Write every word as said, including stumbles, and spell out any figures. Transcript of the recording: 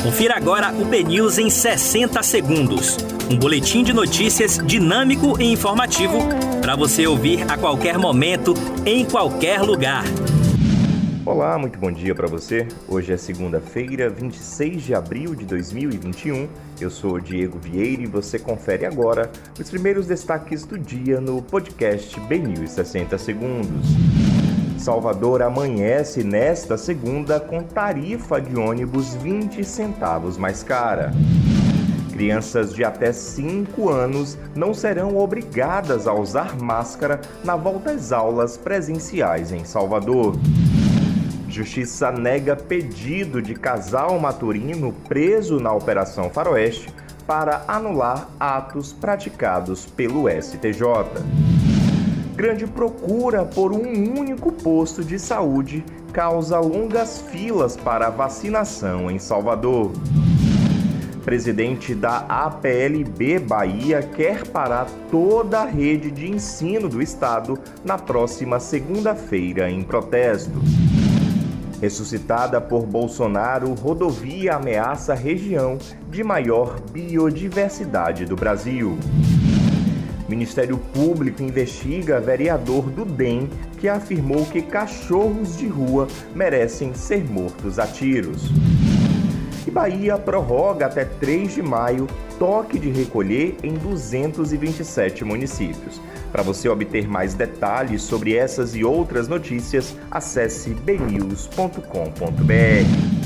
Confira agora o B News em sessenta segundos. Um boletim de notícias dinâmico e informativo para você ouvir a qualquer momento, em qualquer lugar. Olá, muito bom dia para você. Hoje é segunda-feira, vinte e seis de abril de dois mil e vinte e um. Eu sou Diego Vieira e você confere agora os primeiros destaques do dia no podcast B News sessenta segundos. Salvador amanhece nesta segunda com tarifa de ônibus vinte centavos mais cara. Crianças de até cinco anos não serão obrigadas a usar máscara na volta às aulas presenciais em Salvador. Justiça nega pedido de casal maturino preso na Operação Faroeste para anular atos praticados pelo S T J. Grande procura por um único posto de saúde causa longas filas para vacinação em Salvador. Presidente da A P L B Bahia quer parar toda a rede de ensino do estado na próxima segunda-feira em protestos. Ressuscitada por Bolsonaro, rodovia ameaça a região de maior biodiversidade do Brasil. Ministério Público investiga vereador do D E M que afirmou que cachorros de rua merecem ser mortos a tiros. E Bahia prorroga até três de maio toque de recolher em duzentos e vinte e sete municípios. Para você obter mais detalhes sobre essas e outras notícias, acesse b news ponto com ponto b r.